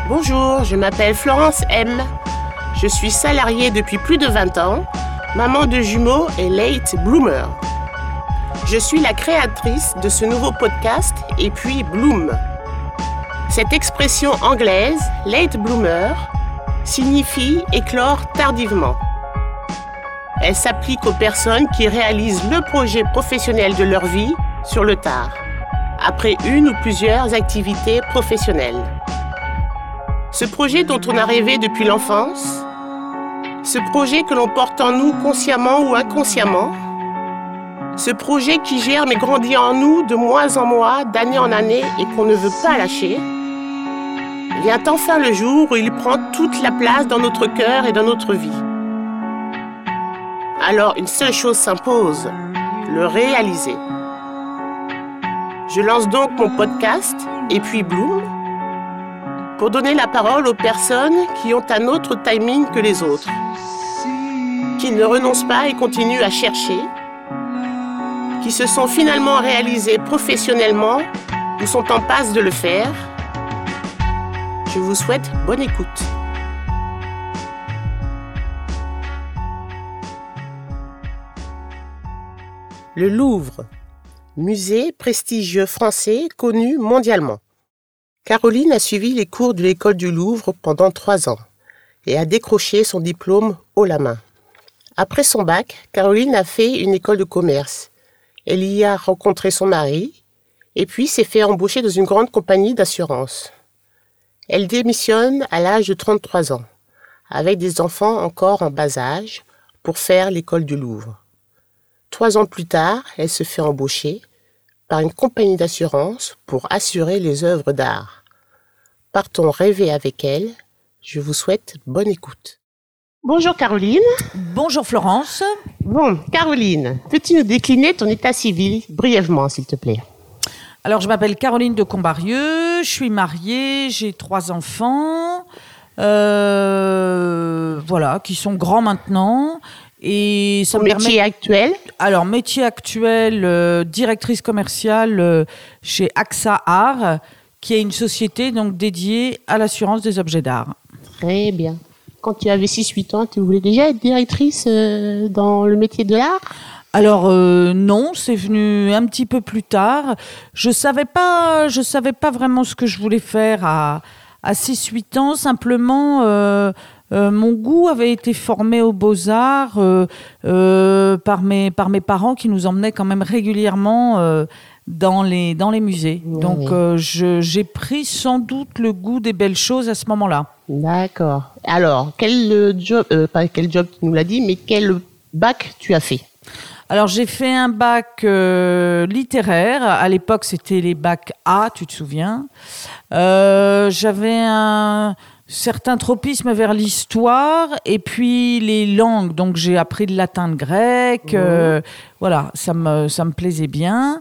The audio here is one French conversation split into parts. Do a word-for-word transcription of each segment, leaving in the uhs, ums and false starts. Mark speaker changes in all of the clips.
Speaker 1: Bonjour, je m'appelle Florence M. Je suis salariée depuis plus de vingt ans, maman de jumeaux et late bloomer. Je suis la créatrice de ce nouveau podcast et puis Bloom. Cette expression anglaise, late bloomer, signifie éclore tardivement. Elle s'applique aux personnes qui réalisent le projet professionnel de leur vie sur le tard, après une ou plusieurs activités professionnelles. Ce projet dont on a rêvé depuis l'enfance, ce projet que l'on porte en nous consciemment ou inconsciemment, ce projet qui germe et grandit en nous de mois en mois, d'année en année et qu'on ne veut pas lâcher, vient enfin le jour où il prend toute la place dans notre cœur et dans notre vie. Alors une seule chose s'impose, le réaliser. Je lance donc mon podcast et puis Bloom, pour donner la parole aux personnes qui ont un autre timing que les autres, qui ne renoncent pas et continuent à chercher, qui se sont finalement réalisées professionnellement ou sont en passe de le faire. Je vous souhaite bonne écoute. Le Louvre, musée prestigieux français connu mondialement. Caroline a suivi les cours de l'école du Louvre pendant trois ans et a décroché son diplôme haut la main. Après son bac, Caroline a fait une école de commerce. Elle y a rencontré son mari et puis s'est fait embaucher dans une grande compagnie d'assurance. Elle démissionne à l'âge de trente-trois ans, avec des enfants encore en bas âge, pour faire l'école du Louvre. Trois ans plus tard, elle se fait embaucher par une compagnie d'assurance pour assurer les œuvres d'art. Partons rêver avec elle. Je vous souhaite bonne écoute. Bonjour Caroline.
Speaker 2: Bonjour Florence.
Speaker 1: Bon, Caroline, peux-tu nous décliner ton état civil brièvement, s'il te plaît ?
Speaker 2: Alors, je m'appelle Caroline de Combarieux, je suis mariée, j'ai trois enfants, euh, voilà, qui sont grands maintenant. Et ça
Speaker 1: Ton
Speaker 2: me
Speaker 1: métier
Speaker 2: permet...
Speaker 1: actuel ?
Speaker 2: Alors, métier actuel, euh, directrice commerciale euh, chez AXA Art, qui est une société donc dédiée à l'assurance des objets d'art.
Speaker 1: Très bien. Quand tu avais six huit ans, tu voulais déjà être directrice euh, dans le métier de l'art ?
Speaker 2: Alors euh, non, c'est venu un petit peu plus tard. Je savais pas, je savais pas vraiment ce que je voulais faire à à six huit ans. Simplement, euh, euh, mon goût avait été formé aux Beaux-Arts euh, euh, par mes par mes parents qui nous emmenaient quand même régulièrement euh, dans les dans les musées.
Speaker 1: Oui,
Speaker 2: Donc
Speaker 1: oui.
Speaker 2: euh, je, j'ai pris sans doute le goût des belles choses à ce moment-là.
Speaker 1: D'accord. Alors, quel euh, job, euh, pas quel job tu nous l'as dit, mais quel bac tu as fait ?
Speaker 2: Alors, j'ai fait un bac euh, littéraire. À l'époque, c'était les bacs A, tu te souviens. Euh, j'avais un certain tropisme vers l'histoire et puis les langues. Donc, j'ai appris le latin, le grec. Euh, voilà, ça me, ça me plaisait bien.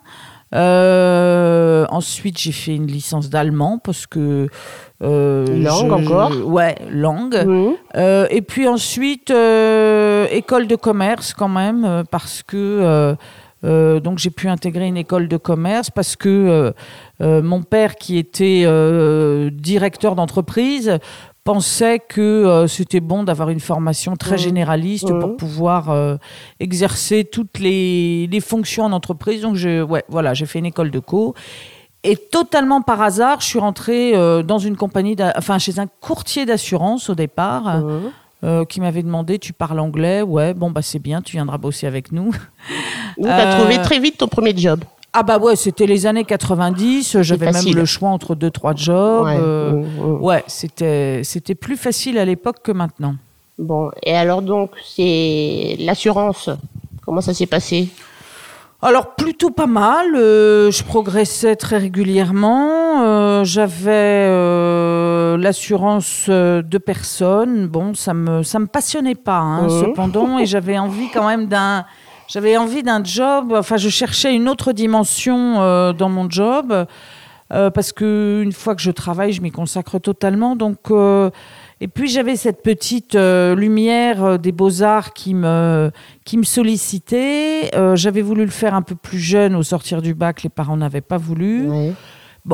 Speaker 2: Euh, ensuite, j'ai fait une licence d'allemand parce que... Euh,
Speaker 1: langue
Speaker 2: je,
Speaker 1: encore
Speaker 2: je, Ouais, langue.
Speaker 1: Mmh.
Speaker 2: Euh, et puis ensuite, euh, école de commerce quand même, euh, parce que euh, euh, donc j'ai pu intégrer une école de commerce parce que euh, euh, mon père, qui était euh, directeur d'entreprise, pensait que euh, c'était bon d'avoir une formation très
Speaker 1: mmh.
Speaker 2: généraliste
Speaker 1: mmh.
Speaker 2: pour pouvoir euh, exercer toutes les, les fonctions en entreprise. Donc je, ouais, voilà, j'ai fait une école de co. Et totalement par hasard, je suis rentrée euh, dans une compagnie, enfin chez un courtier d'assurance au départ,
Speaker 1: Mmh.
Speaker 2: euh, qui m'avait demandé, tu parles anglais ? Ouais, bon bah c'est bien, tu viendras bosser avec nous.
Speaker 1: Donc, tu as
Speaker 2: Euh,
Speaker 1: trouvé très vite ton premier job.
Speaker 2: Ah bah ouais, c'était les années quatre-vingt-dix, j'avais même le choix entre deux, trois jobs.
Speaker 1: Ouais,
Speaker 2: euh,
Speaker 1: mmh, mmh.
Speaker 2: ouais c'était, c'était plus facile à l'époque que maintenant.
Speaker 1: Bon, et alors donc, c'est l'assurance. Comment ça s'est passé ?
Speaker 2: Alors plutôt pas mal, euh, je progressais très régulièrement, euh, j'avais euh, l'assurance euh, de personnes, bon ça me ça me passionnait pas hein,
Speaker 1: Mmh.
Speaker 2: cependant, et j'avais envie quand même d'un j'avais envie d'un job, enfin je cherchais une autre dimension euh, dans mon job euh, parce que une fois que je travaille, je m'y consacre totalement, donc euh, et puis j'avais cette petite euh, lumière euh, des Beaux-Arts qui me, qui me sollicitait. Euh, j'avais voulu le faire un peu plus jeune au sortir du bac, les parents n'avaient pas voulu.
Speaker 1: Ouais.
Speaker 2: Bon,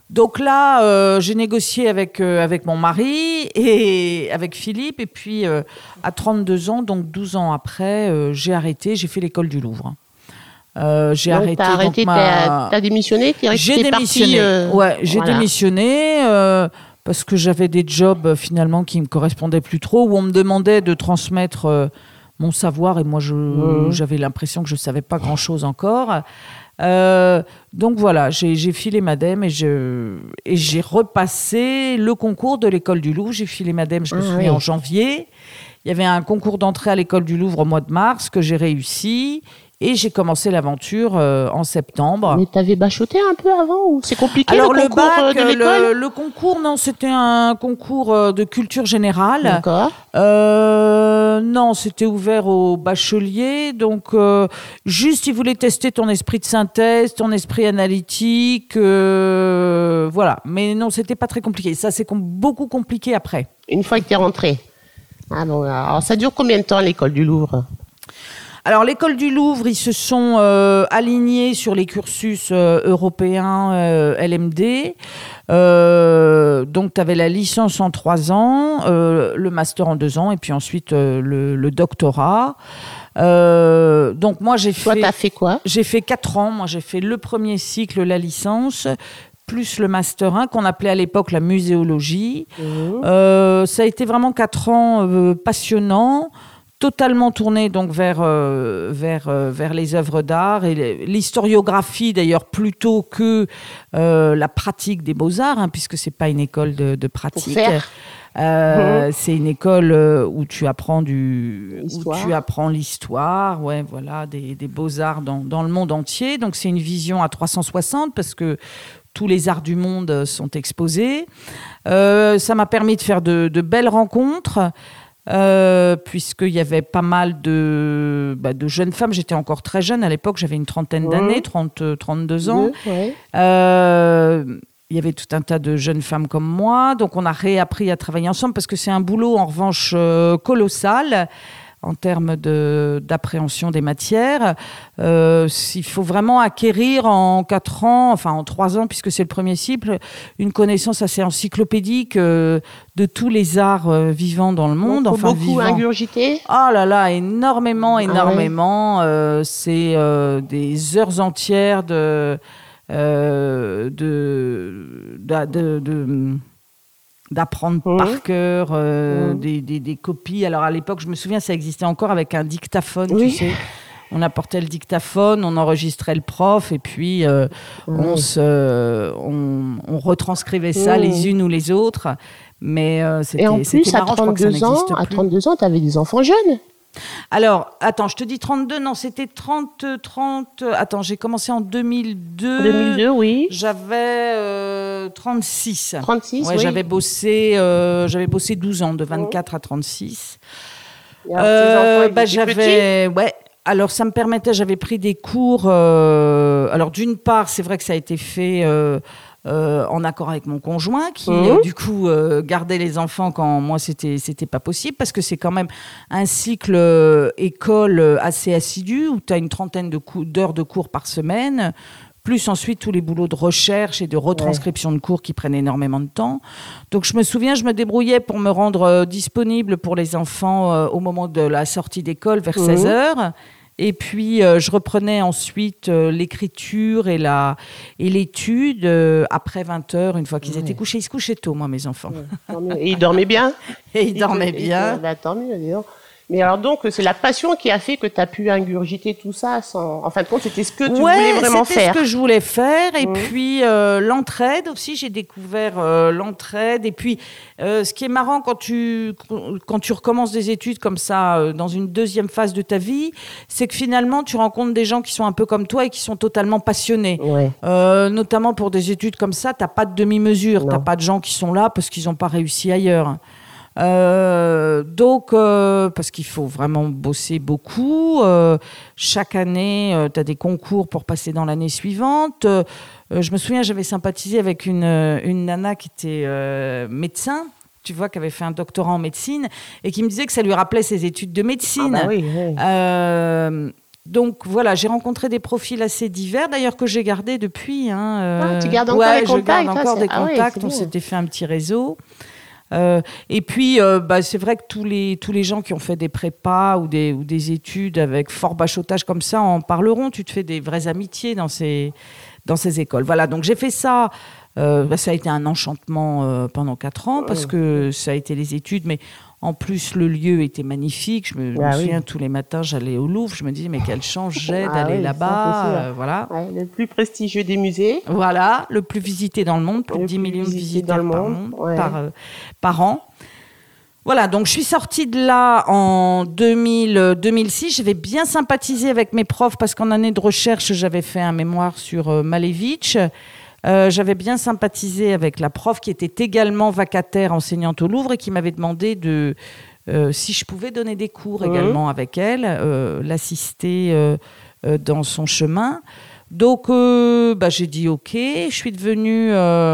Speaker 2: Donc là, euh, j'ai négocié avec, euh, avec mon mari et avec Philippe. Et puis, euh, à trente-deux ans, donc douze ans après, euh, j'ai arrêté. J'ai fait l'école du Louvre. Euh, j'ai
Speaker 1: donc,
Speaker 2: arrêté.
Speaker 1: T'as arrêté,
Speaker 2: donc, ma...
Speaker 1: t'as, t'as démissionné, t'es resté
Speaker 2: J'ai démissionné.
Speaker 1: Parti, euh...
Speaker 2: Ouais, j'ai
Speaker 1: voilà.
Speaker 2: démissionné euh, parce que j'avais des jobs euh, finalement qui me correspondaient plus trop, où on me demandait de transmettre euh, mon savoir et moi, je, mmh. j'avais l'impression que je savais pas grand-chose encore. Euh, donc voilà, j'ai, j'ai filé Madem et, je, et j'ai repassé le concours de l'école du Louvre. J'ai filé Madem, je me ah, souviens, oui. en janvier. Il y avait un concours d'entrée à l'école du Louvre au mois de mars que j'ai réussi. Et j'ai commencé l'aventure euh, en septembre.
Speaker 1: Mais t'avais bachoté un peu avant ou c'est compliqué?
Speaker 2: Alors
Speaker 1: le
Speaker 2: le
Speaker 1: concours
Speaker 2: bac,
Speaker 1: de l'école
Speaker 2: le, le concours, non, c'était un concours de culture générale.
Speaker 1: D'accord.
Speaker 2: Euh, non, c'était ouvert aux bacheliers. Donc, euh, juste, ils voulaient tester ton esprit de synthèse, ton esprit analytique. Euh, voilà. Mais non, c'était pas très compliqué. Ça, c'est com- beaucoup compliqué après.
Speaker 1: Une fois que t'es rentré. Ah bon, alors ça dure combien de temps l'école du Louvre?
Speaker 2: Alors, l'école du Louvre, ils se sont euh, alignés sur les cursus euh, européens euh, L M D. Euh, donc, tu avais la licence en trois ans, euh, le master en deux ans, et puis ensuite euh, le, le doctorat. Euh, donc, moi, j'ai fait...
Speaker 1: Toi, t'as fait quoi?
Speaker 2: J'ai fait quatre ans. Moi, j'ai fait le premier cycle, la licence, plus le master un, qu'on appelait à l'époque la muséologie. Mmh. Euh, ça a été vraiment quatre ans euh, passionnants, totalement tourné donc vers euh, vers euh, vers les œuvres d'art et l'historiographie d'ailleurs plutôt que euh, la pratique des beaux-arts, hein, puisque c'est pas une école de, de pratique. Euh, mmh. C'est une école où tu apprends du l'histoire. où tu apprends l'histoire, ouais, voilà, des, des beaux-arts dans dans le monde entier. Donc c'est une vision à trois cent soixante parce que tous les arts du monde sont exposés. Euh, ça m'a permis de faire de, de belles rencontres. Euh, puisqu'il y avait pas mal de, bah, de jeunes femmes. J'étais encore très jeune à l'époque, j'avais une trentaine d'années, trente, trente-deux ans. Oui, oui. Euh, il y avait tout un tas de jeunes femmes comme moi, donc on a réappris à travailler ensemble parce que c'est un boulot en revanche euh, colossal en termes de, d'appréhension des matières. Euh, il faut vraiment acquérir en quatre ans, enfin en trois ans, puisque c'est le premier cycle, une connaissance assez encyclopédique euh, de tous les arts euh, vivants dans le monde.
Speaker 1: Donc,
Speaker 2: enfin,
Speaker 1: beaucoup
Speaker 2: vivants.
Speaker 1: ingurgité.
Speaker 2: Oh là là, énormément, énormément.
Speaker 1: Ah ouais.
Speaker 2: euh, c'est euh, des heures entières de... Euh, de, de, de, de d'apprendre mmh. par cœur euh, mmh. des, des, des copies. Alors à l'époque, je me souviens, ça existait encore avec un dictaphone, oui. tu sais. On apportait le dictaphone, on enregistrait le prof et puis euh, mmh. on, se, on, on retranscrivait ça mmh. les unes ou les autres. Mais euh, c'était,
Speaker 1: et en plus,
Speaker 2: c'était marrant,
Speaker 1: à trente-deux ans, à trente-deux ans, tu avais des enfants jeunes.
Speaker 2: Alors, attends, je te dis trente-deux, non, c'était trente, trente... Attends, j'ai commencé en deux mille deux.
Speaker 1: deux mille deux, oui.
Speaker 2: J'avais euh, trente-six.
Speaker 1: trente-six,
Speaker 2: ouais,
Speaker 1: oui.
Speaker 2: J'avais bossé, euh, j'avais bossé douze ans, de vingt-quatre mmh. à trente-six.
Speaker 1: Et alors, euh, tes enfants,
Speaker 2: bah, j'avais... Ouais. Alors, ça me permettait, j'avais pris des cours... Euh, alors, d'une part, c'est vrai que ça a été fait... Euh, Euh, en accord avec mon conjoint qui mmh. euh, du coup euh, gardait les enfants quand moi c'était c'était pas possible parce que c'est quand même un cycle euh, école assez assidu où tu as une trentaine de cou- d'heures de cours par semaine plus ensuite tous les boulots de recherche et de retranscription ouais. de cours qui prennent énormément de temps. Donc je me souviens, je me débrouillais pour me rendre euh, disponible pour les enfants euh, au moment de la sortie d'école vers mmh. seize heures. Et puis, euh, je reprenais ensuite euh, l'écriture et, la, et l'étude euh, après vingt heures, une fois qu'ils ouais. étaient couchés. Ils se couchaient tôt, moi, mes enfants.
Speaker 1: Ouais, et ils dormaient bien.
Speaker 2: Et ils dormaient te, bien.
Speaker 1: Et, bah, tant mieux, d'ailleurs. Mais alors donc, c'est la passion qui a fait que tu as pu ingurgiter tout ça sans... En fin de compte, c'était ce que tu
Speaker 2: ouais,
Speaker 1: voulais vraiment
Speaker 2: c'était
Speaker 1: faire.
Speaker 2: c'était ce que je voulais faire. Et
Speaker 1: mmh.
Speaker 2: puis, euh, l'entraide aussi, j'ai découvert euh, l'entraide. Et puis, euh, ce qui est marrant quand tu, quand tu recommences des études comme ça, euh, dans une deuxième phase de ta vie, c'est que finalement, tu rencontres des gens qui sont un peu comme toi et qui sont totalement passionnés.
Speaker 1: Ouais.
Speaker 2: Euh, notamment pour des études comme ça, tu n'as pas de demi-mesure. Tu n'as pas de gens qui sont là parce qu'ils n'ont pas réussi ailleurs. Euh, donc, euh, parce qu'il faut vraiment bosser beaucoup. Euh, chaque année, euh, tu as des concours pour passer dans l'année suivante. Euh, je me souviens, j'avais sympathisé avec une, une nana qui était euh, médecin, tu vois, qui avait fait un doctorat en médecine et qui me disait que ça lui rappelait ses études de médecine.
Speaker 1: Ah bah oui, oui.
Speaker 2: Euh, Donc voilà, j'ai rencontré des profils assez divers, d'ailleurs que j'ai gardés depuis. Hein,
Speaker 1: euh... ah, tu gardes encore
Speaker 2: ouais,
Speaker 1: des contacts.
Speaker 2: Je garde encore
Speaker 1: ça,
Speaker 2: des
Speaker 1: ah
Speaker 2: contacts.
Speaker 1: Ouais,
Speaker 2: on s'était fait un petit réseau. Euh, et puis, euh, bah, c'est vrai que tous les, tous les gens qui ont fait des prépas ou des, ou des études avec fort bachotage comme ça en parleront. Tu te fais des vraies amitiés dans ces, dans ces écoles. Voilà, donc j'ai fait ça. Euh, bah, ça a été un enchantement euh, pendant quatre ans parce que ça a été les études, mais en plus le lieu était magnifique. Je me, ah, me souviens, oui. tous les matins j'allais au Louvre, je me disais mais quelle chance j'ai ah, d'aller oui, là-bas. Euh, voilà.
Speaker 1: Ouais, le plus prestigieux des musées.
Speaker 2: Voilà, le plus visité dans le monde, plus le de dix millions de visiteurs par, monde, ouais. par, euh, par an. Voilà, donc je suis sortie de là en deux mille, deux mille six. J'avais bien sympathisé avec mes profs parce qu'en année de recherche, j'avais fait un mémoire sur euh, Malevich. Euh, j'avais bien sympathisé avec la prof qui était également vacataire enseignante au Louvre et qui m'avait demandé de, euh, si je pouvais donner des cours mmh. également avec elle, euh, l'assister euh, euh, dans son chemin. Donc, euh, bah, j'ai dit OK. Je suis devenue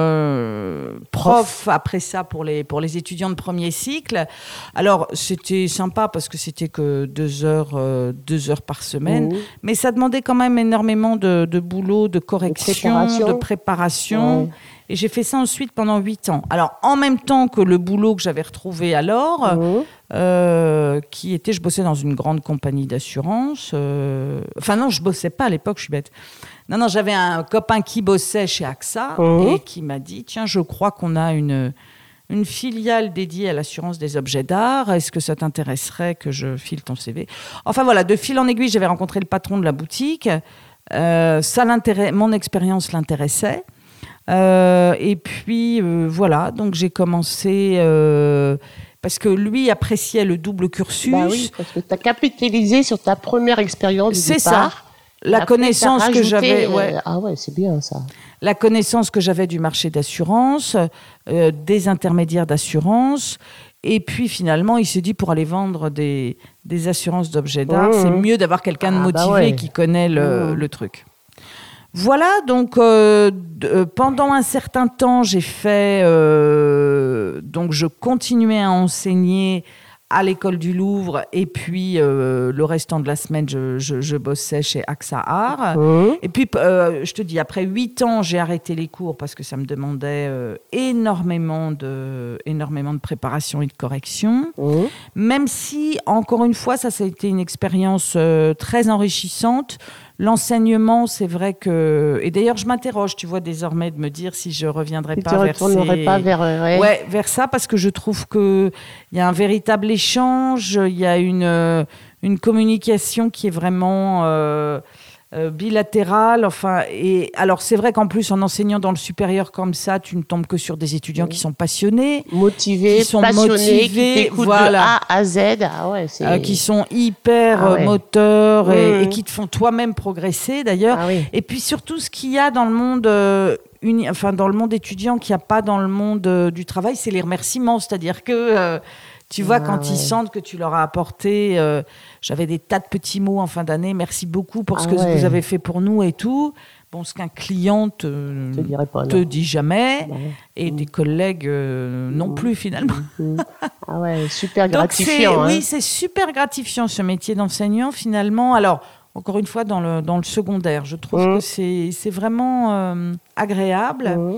Speaker 2: euh, prof après ça pour les, pour les étudiants de premier cycle. Alors, c'était sympa parce que c'était que deux heures, euh, deux heures par semaine. Mmh. Mais ça demandait quand même énormément de, de boulot, de correction, de préparation. De préparation. Ouais. Et j'ai fait ça ensuite pendant huit ans. Alors, en même temps que le boulot que j'avais retrouvé alors, mmh. euh, qui était, je bossais dans une grande compagnie d'assurance. Euh, enfin non, je bossais pas à l'époque, je suis bête. Non, non, j'avais un copain qui bossait chez A X A mmh. et qui m'a dit, tiens, je crois qu'on a une, une filiale dédiée à l'assurance des objets d'art. Est-ce que ça t'intéresserait que je file ton C V ? Enfin voilà, de fil en aiguille, j'avais rencontré le patron de la boutique. Euh, ça l'intéress- mon expérience l'intéressait. Euh, et puis euh, voilà, donc j'ai commencé euh, parce que lui appréciait le double cursus.
Speaker 1: Bah oui, parce que tu as capitalisé sur ta première expérience.
Speaker 2: C'est
Speaker 1: du
Speaker 2: ça. La
Speaker 1: Après,
Speaker 2: connaissance que j'avais. Ouais.
Speaker 1: Ah ouais, c'est bien ça.
Speaker 2: La connaissance que j'avais du marché d'assurance, euh, des intermédiaires d'assurance. Et puis finalement, il s'est dit pour aller vendre des, des assurances d'objets d'art, mmh. c'est mieux d'avoir quelqu'un de ah, motivé bah ouais. qui connaît le, mmh. le truc. Voilà, donc euh, d- pendant un certain temps, j'ai fait, euh, donc je continuais à enseigner à l'école du Louvre et puis euh, le restant de la semaine, je, je, je bossais chez A X A Art. Mmh. Et puis, euh, je te dis, après huit ans, j'ai arrêté les cours parce que ça me demandait euh, énormément, de, énormément de préparation et de correction. Mmh. Même si, encore une fois, ça, ça a été une expérience euh, très enrichissante. L'enseignement, c'est vrai que... Et d'ailleurs, je m'interroge, tu vois, désormais, de me dire si je ne reviendrai
Speaker 1: si
Speaker 2: pas
Speaker 1: tu
Speaker 2: vers...
Speaker 1: Tu ne retournerais pas vers...
Speaker 2: Ouais. ouais, vers ça, parce que je trouve qu'il y a un véritable échange, il y a une, une communication qui est vraiment euh, euh, bilatérale. Enfin, et alors, c'est vrai qu'en plus, en enseignant dans le supérieur comme ça, tu ne tombes que sur des étudiants qui sont passionnés.
Speaker 1: Motivés,
Speaker 2: qui sont
Speaker 1: passionnés,
Speaker 2: motivés,
Speaker 1: qui t'écoutent
Speaker 2: voilà.
Speaker 1: de A à Z. Ah ouais, c'est...
Speaker 2: Euh, qui sont hyper ah ouais. moteurs mmh. et, et qui te font toi-même progresser, d'ailleurs.
Speaker 1: Ah oui.
Speaker 2: Et puis, surtout, ce qu'il y a dans le monde... Euh, Uni, enfin, dans le monde étudiant qu'il n'y a pas dans le monde euh, du travail, c'est les remerciements. C'est-à-dire que, euh, tu vois, ah, quand ouais. ils sentent que tu leur as apporté... Euh, j'avais des tas de petits mots en fin d'année. Merci beaucoup pour ce ah, que ouais. vous avez fait pour nous et tout. Bon, ce qu'un client te, te, pas, te dit jamais. Bah, et mmh. des collègues euh, non mmh. plus, finalement.
Speaker 1: Mmh. Ah ouais, super gratifiant.
Speaker 2: Donc, c'est,
Speaker 1: hein.
Speaker 2: Oui, c'est super gratifiant, ce métier d'enseignant, finalement. Alors... Encore une fois, dans le, dans le secondaire, je trouve mmh. que c'est, c'est vraiment euh, agréable. Mmh.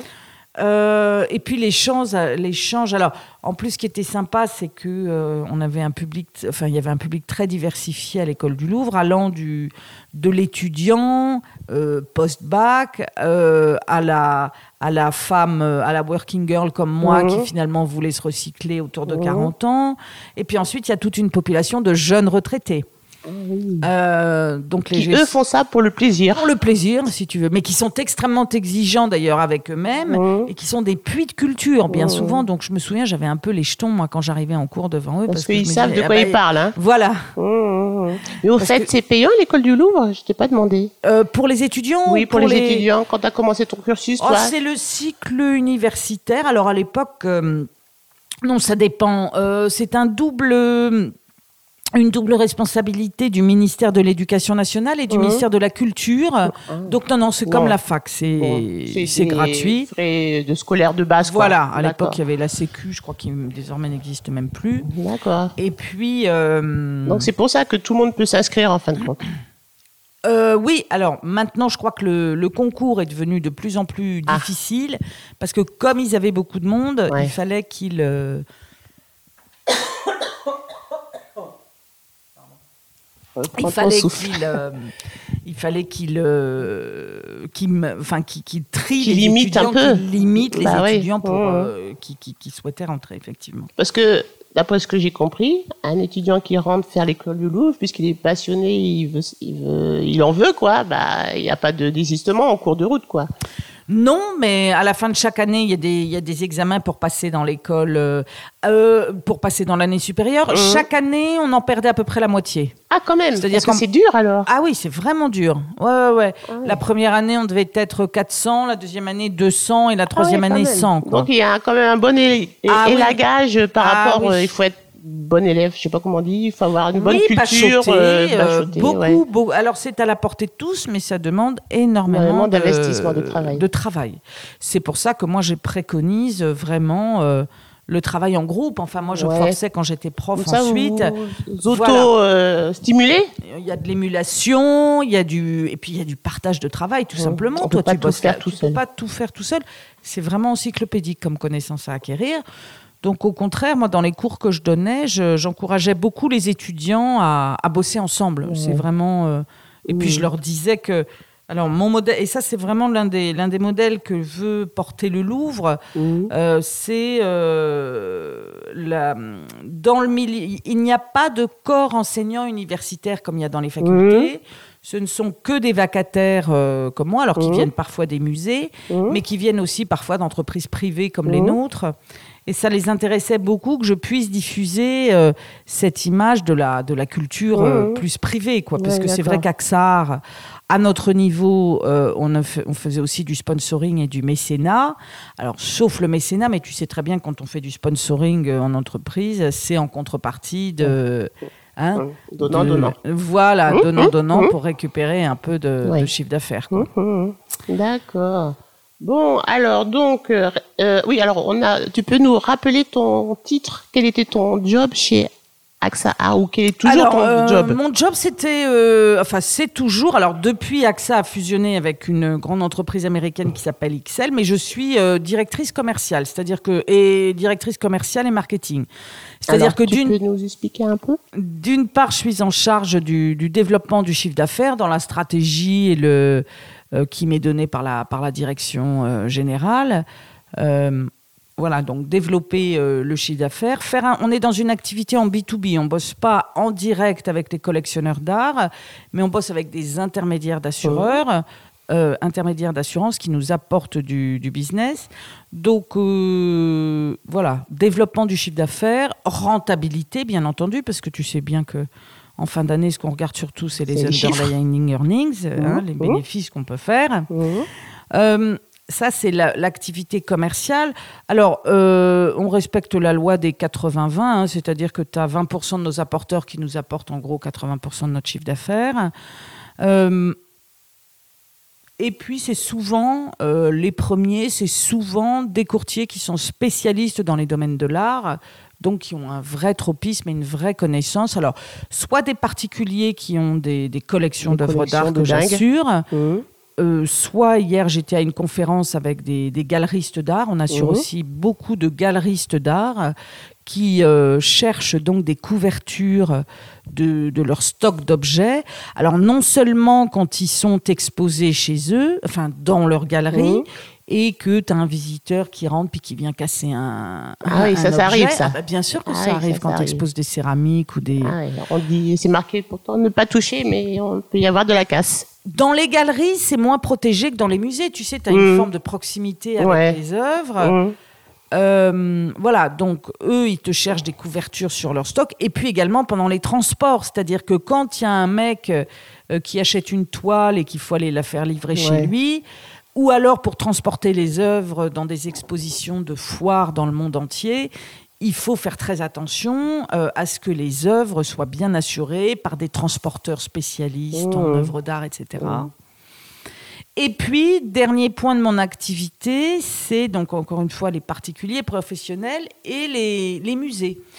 Speaker 2: Euh, et puis l'échange, l'échange. Alors, en plus, ce qui était sympa, c'est que euh, on avait un public, enfin, il y avait un public très diversifié à l'école du Louvre, allant du de l'étudiant euh, post-bac euh, à la à la femme, à la working girl comme moi, mmh. qui finalement voulait se recycler autour de mmh. quarante ans. Et puis ensuite, il y a toute une population de jeunes retraités.
Speaker 1: Oui.
Speaker 2: Euh, donc les
Speaker 1: qui, gest... eux, font ça pour le plaisir.
Speaker 2: Pour le plaisir, si tu veux. Mais qui sont extrêmement exigeants, d'ailleurs, avec eux-mêmes. Mmh. Et qui sont des puits de culture, bien mmh. souvent. Donc, je me souviens, j'avais un peu les jetons, moi, quand j'arrivais en cours devant eux.
Speaker 1: Parce, parce
Speaker 2: qu'ils
Speaker 1: savent
Speaker 2: disais,
Speaker 1: de quoi
Speaker 2: ah,
Speaker 1: ils
Speaker 2: bah,
Speaker 1: parlent. Hein.
Speaker 2: Voilà.
Speaker 1: Mmh. Mais au
Speaker 2: parce
Speaker 1: fait,
Speaker 2: que...
Speaker 1: c'est payant, l'école du Louvre ? Je ne t'ai pas demandé.
Speaker 2: Euh, pour les étudiants ?
Speaker 1: Oui, pour, pour les, les étudiants. Quand tu as commencé ton cursus,
Speaker 2: oh,
Speaker 1: toi.
Speaker 2: C'est le cycle universitaire. Alors, à l'époque, euh... non, ça dépend. Euh, c'est un double... une double responsabilité du ministère de l'Éducation nationale et du mmh. ministère de la Culture. Mmh. Donc, non, non, c'est comme ouais. la fac, c'est, bon. c'est, c'est gratuit.
Speaker 1: Frais de scolaire de base, quoi.
Speaker 2: Voilà, à D'accord. l'époque, il y avait la Sécu, je crois qu'il désormais n'existe même plus.
Speaker 1: D'accord.
Speaker 2: Et puis... Euh...
Speaker 1: Donc, c'est pour ça que tout le monde peut s'inscrire, en fin de compte.
Speaker 2: Euh, oui, alors maintenant, je crois que le, le concours est devenu de plus en plus
Speaker 1: Ah.
Speaker 2: difficile parce que comme ils avaient beaucoup de monde,
Speaker 1: Ouais.
Speaker 2: il fallait qu'ils... euh, Il fallait qu'il, euh, il fallait qu'il, euh, qu'il, me- enfin, qu'il, qu'il trie
Speaker 1: Qu'il
Speaker 2: les
Speaker 1: limite
Speaker 2: étudiants,
Speaker 1: un peu.
Speaker 2: qu'il limite les
Speaker 1: Bah ouais.
Speaker 2: étudiants pour,
Speaker 1: Mmh.
Speaker 2: euh, qui, qui, qui souhaitaient rentrer, effectivement.
Speaker 1: Parce que, d'après ce que j'ai compris, un étudiant qui rentre faire l'école du Louvre, puisqu'il est passionné, il, veut, il, veut, il en veut, quoi, bah, il n'y a pas de désistement en cours de route, quoi.
Speaker 2: Non, mais à la fin de chaque année, il y a des, il y a des examens pour passer dans l'école, euh, euh, pour passer dans l'année supérieure.
Speaker 1: Mmh.
Speaker 2: Chaque année, on en perdait à peu près la moitié.
Speaker 1: Ah, quand même.
Speaker 2: C'est-à-dire
Speaker 1: Parce que
Speaker 2: qu'en-
Speaker 1: c'est dur, alors.
Speaker 2: Ah oui, c'est vraiment dur. Ouais, ouais, ouais.
Speaker 1: Ah ouais.
Speaker 2: La première année, on devait être quatre cents, la deuxième année deux cents et la troisième
Speaker 1: Ah ouais, quand
Speaker 2: année
Speaker 1: même.
Speaker 2: cent. Quoi.
Speaker 1: Donc, il y a quand même un bon é- é-
Speaker 2: Ah oui.
Speaker 1: élagage par
Speaker 2: Ah
Speaker 1: rapport.
Speaker 2: oui.
Speaker 1: euh, il faut être bon élève, je sais pas comment on dit. Il faut avoir une bonne
Speaker 2: oui,
Speaker 1: culture.
Speaker 2: bachoter,
Speaker 1: euh,
Speaker 2: euh,
Speaker 1: bachoter,
Speaker 2: beaucoup,
Speaker 1: ouais.
Speaker 2: beaucoup. Alors, c'est à la portée de tous, mais ça demande énormément
Speaker 1: Énormément
Speaker 2: de-
Speaker 1: d'investissement, de travail.
Speaker 2: de travail. C'est pour ça que moi, je préconise vraiment euh, le travail en groupe. Enfin, moi, je
Speaker 1: Ouais.
Speaker 2: forçais quand j'étais prof
Speaker 1: Donc ça,
Speaker 2: ensuite.
Speaker 1: vous vous
Speaker 2: Voilà.
Speaker 1: auto-stimulez.
Speaker 2: Il y a de l'émulation, il y a du et puis il y a du partage de travail tout
Speaker 1: Ouais.
Speaker 2: simplement.
Speaker 1: On
Speaker 2: Toi,
Speaker 1: peut pas
Speaker 2: tu
Speaker 1: tout
Speaker 2: bosses
Speaker 1: faire
Speaker 2: là,
Speaker 1: tout
Speaker 2: tu
Speaker 1: seul.
Speaker 2: peux pas tout faire tout seul. C'est vraiment encyclopédique comme connaissance à acquérir. Donc au contraire, moi dans les cours que je donnais, je- j'encourageais beaucoup les étudiants à, à bosser ensemble.
Speaker 1: Ouais.
Speaker 2: C'est vraiment euh, et puis
Speaker 1: Mmh.
Speaker 2: je leur disais que alors mon modèle et ça c'est vraiment l'un des l'un des modèles que veut porter le Louvre.
Speaker 1: Mhm.
Speaker 2: Euh, c'est euh, la, dans le milieu, il n'y a pas de corps enseignant universitaire comme il y a dans les facultés. Ce ne sont que des vacataires euh, comme moi, alors qui
Speaker 1: Mhm.
Speaker 2: viennent parfois des musées,
Speaker 1: Mhm.
Speaker 2: mais qui viennent aussi parfois d'entreprises privées comme les
Speaker 1: Mhm.
Speaker 2: nôtres. Et ça les intéressait beaucoup que je puisse diffuser euh, cette image de la, de la culture euh,
Speaker 1: Mhm.
Speaker 2: plus privée, quoi. Parce
Speaker 1: Ouais,
Speaker 2: que c'est vrai
Speaker 1: d'accord.
Speaker 2: qu'Axar, à notre niveau, euh, on, a fait- on faisait aussi du sponsoring et du mécénat. Alors, sauf le mécénat, mais tu sais très bien, quand on fait du sponsoring euh, en entreprise, c'est en contrepartie de... hein,
Speaker 1: Mhm. Donnant,
Speaker 2: de-
Speaker 1: donnant.
Speaker 2: Voilà,
Speaker 1: Mhm,
Speaker 2: donnant, donnant,
Speaker 1: mhm.
Speaker 2: pour récupérer un peu de,
Speaker 1: Ouais.
Speaker 2: de chiffre d'affaires, quoi.
Speaker 1: Mhm. D'accord. Bon, alors donc, euh, euh, oui, alors on a. Tu peux nous rappeler ton titre? Quel était ton job chez AXA Art ou quel est toujours
Speaker 2: alors,
Speaker 1: ton
Speaker 2: euh,
Speaker 1: job?
Speaker 2: mon job, c'était, euh, enfin, c'est toujours. Alors, depuis, AXA a fusionné avec une grande entreprise américaine qui s'appelle X L, mais je suis euh, directrice commerciale, c'est-à-dire que et directrice commerciale et marketing. C'est-à-dire
Speaker 1: Alors,
Speaker 2: que
Speaker 1: tu
Speaker 2: d'une
Speaker 1: peux nous expliquer un peu?
Speaker 2: D'une part, je suis en charge du, du développement du chiffre d'affaires dans la stratégie et le, euh, qui m'est donnée par la, par la direction euh, générale. Euh, voilà, donc développer euh, le chiffre d'affaires. Faire un- on est dans une activité en B deux B. On ne bosse pas en direct avec les collectionneurs d'art, mais on bosse avec des intermédiaires d'assureurs. Euh, intermédiaires d'assurance qui nous apportent du, du business. Donc, euh, voilà, développement du chiffre d'affaires, rentabilité, bien entendu, parce que tu sais bien que en fin d'année, ce qu'on regarde surtout, c'est les
Speaker 1: C'est les chiffres.
Speaker 2: underlying earnings, hein,
Speaker 1: Mmh,
Speaker 2: les
Speaker 1: mmh.
Speaker 2: bénéfices qu'on peut faire.
Speaker 1: Mhm.
Speaker 2: Euh, ça, c'est la- l'activité commerciale. Alors, euh, on respecte la loi des quatre-vingts vingt, hein, c'est-à-dire que tu as vingt pour cent de nos apporteurs qui nous apportent en gros quatre-vingts pour cent de notre chiffre d'affaires. Euh, et puis, c'est souvent, euh, les premiers, c'est souvent des courtiers qui sont spécialistes dans les domaines de l'art, donc qui ont un vrai tropisme et une vraie connaissance. Alors, soit des particuliers qui ont des, des collections
Speaker 1: Des
Speaker 2: d'œuvres
Speaker 1: collections
Speaker 2: d'art
Speaker 1: de
Speaker 2: que
Speaker 1: dingue.
Speaker 2: j'assure,
Speaker 1: Mhm.
Speaker 2: euh, soit hier j'étais à une conférence avec des, des galeristes d'art. On assure
Speaker 1: Mhm.
Speaker 2: aussi beaucoup de galeristes d'art qui euh, cherchent donc des couvertures de, de leur stock d'objets. Alors non seulement quand ils sont exposés chez eux, enfin dans leur galerie,
Speaker 1: Mhm.
Speaker 2: et que tu as un visiteur qui rentre puis qui vient casser un,
Speaker 1: Ah
Speaker 2: un-
Speaker 1: oui, ça,
Speaker 2: un
Speaker 1: ça arrive,
Speaker 2: objet.
Speaker 1: ça.
Speaker 2: Ah bah, bien sûr que
Speaker 1: Ah
Speaker 2: ça
Speaker 1: oui,
Speaker 2: arrive
Speaker 1: ça,
Speaker 2: quand
Speaker 1: ça
Speaker 2: tu
Speaker 1: arrive.
Speaker 2: exposes des céramiques ou des...
Speaker 1: Ah ouais, on dit, c'est marqué pourtant ne pas toucher, mais on peut y avoir de la casse.
Speaker 2: Dans les galeries, c'est moins protégé que dans les musées. Tu sais, tu as une
Speaker 1: Mhm.
Speaker 2: forme de proximité avec
Speaker 1: Ouais.
Speaker 2: les œuvres.
Speaker 1: Mhm.
Speaker 2: Euh, voilà, donc eux, ils te cherchent des couvertures sur leur stock. Et puis également pendant les transports. C'est-à-dire que quand il y a un mec euh, qui achète une toile et qu'il faut aller la faire livrer chez
Speaker 1: Ouais.
Speaker 2: lui, ou alors pour transporter les œuvres dans des expositions de foires dans le monde entier, il faut faire très attention euh, à ce que les œuvres soient bien assurées par des transporteurs spécialistes en
Speaker 1: Mmh.
Speaker 2: œuvres d'art, et cetera. Et puis, dernier point de mon activité, c'est donc encore une fois les particuliers, professionnels et les, les musées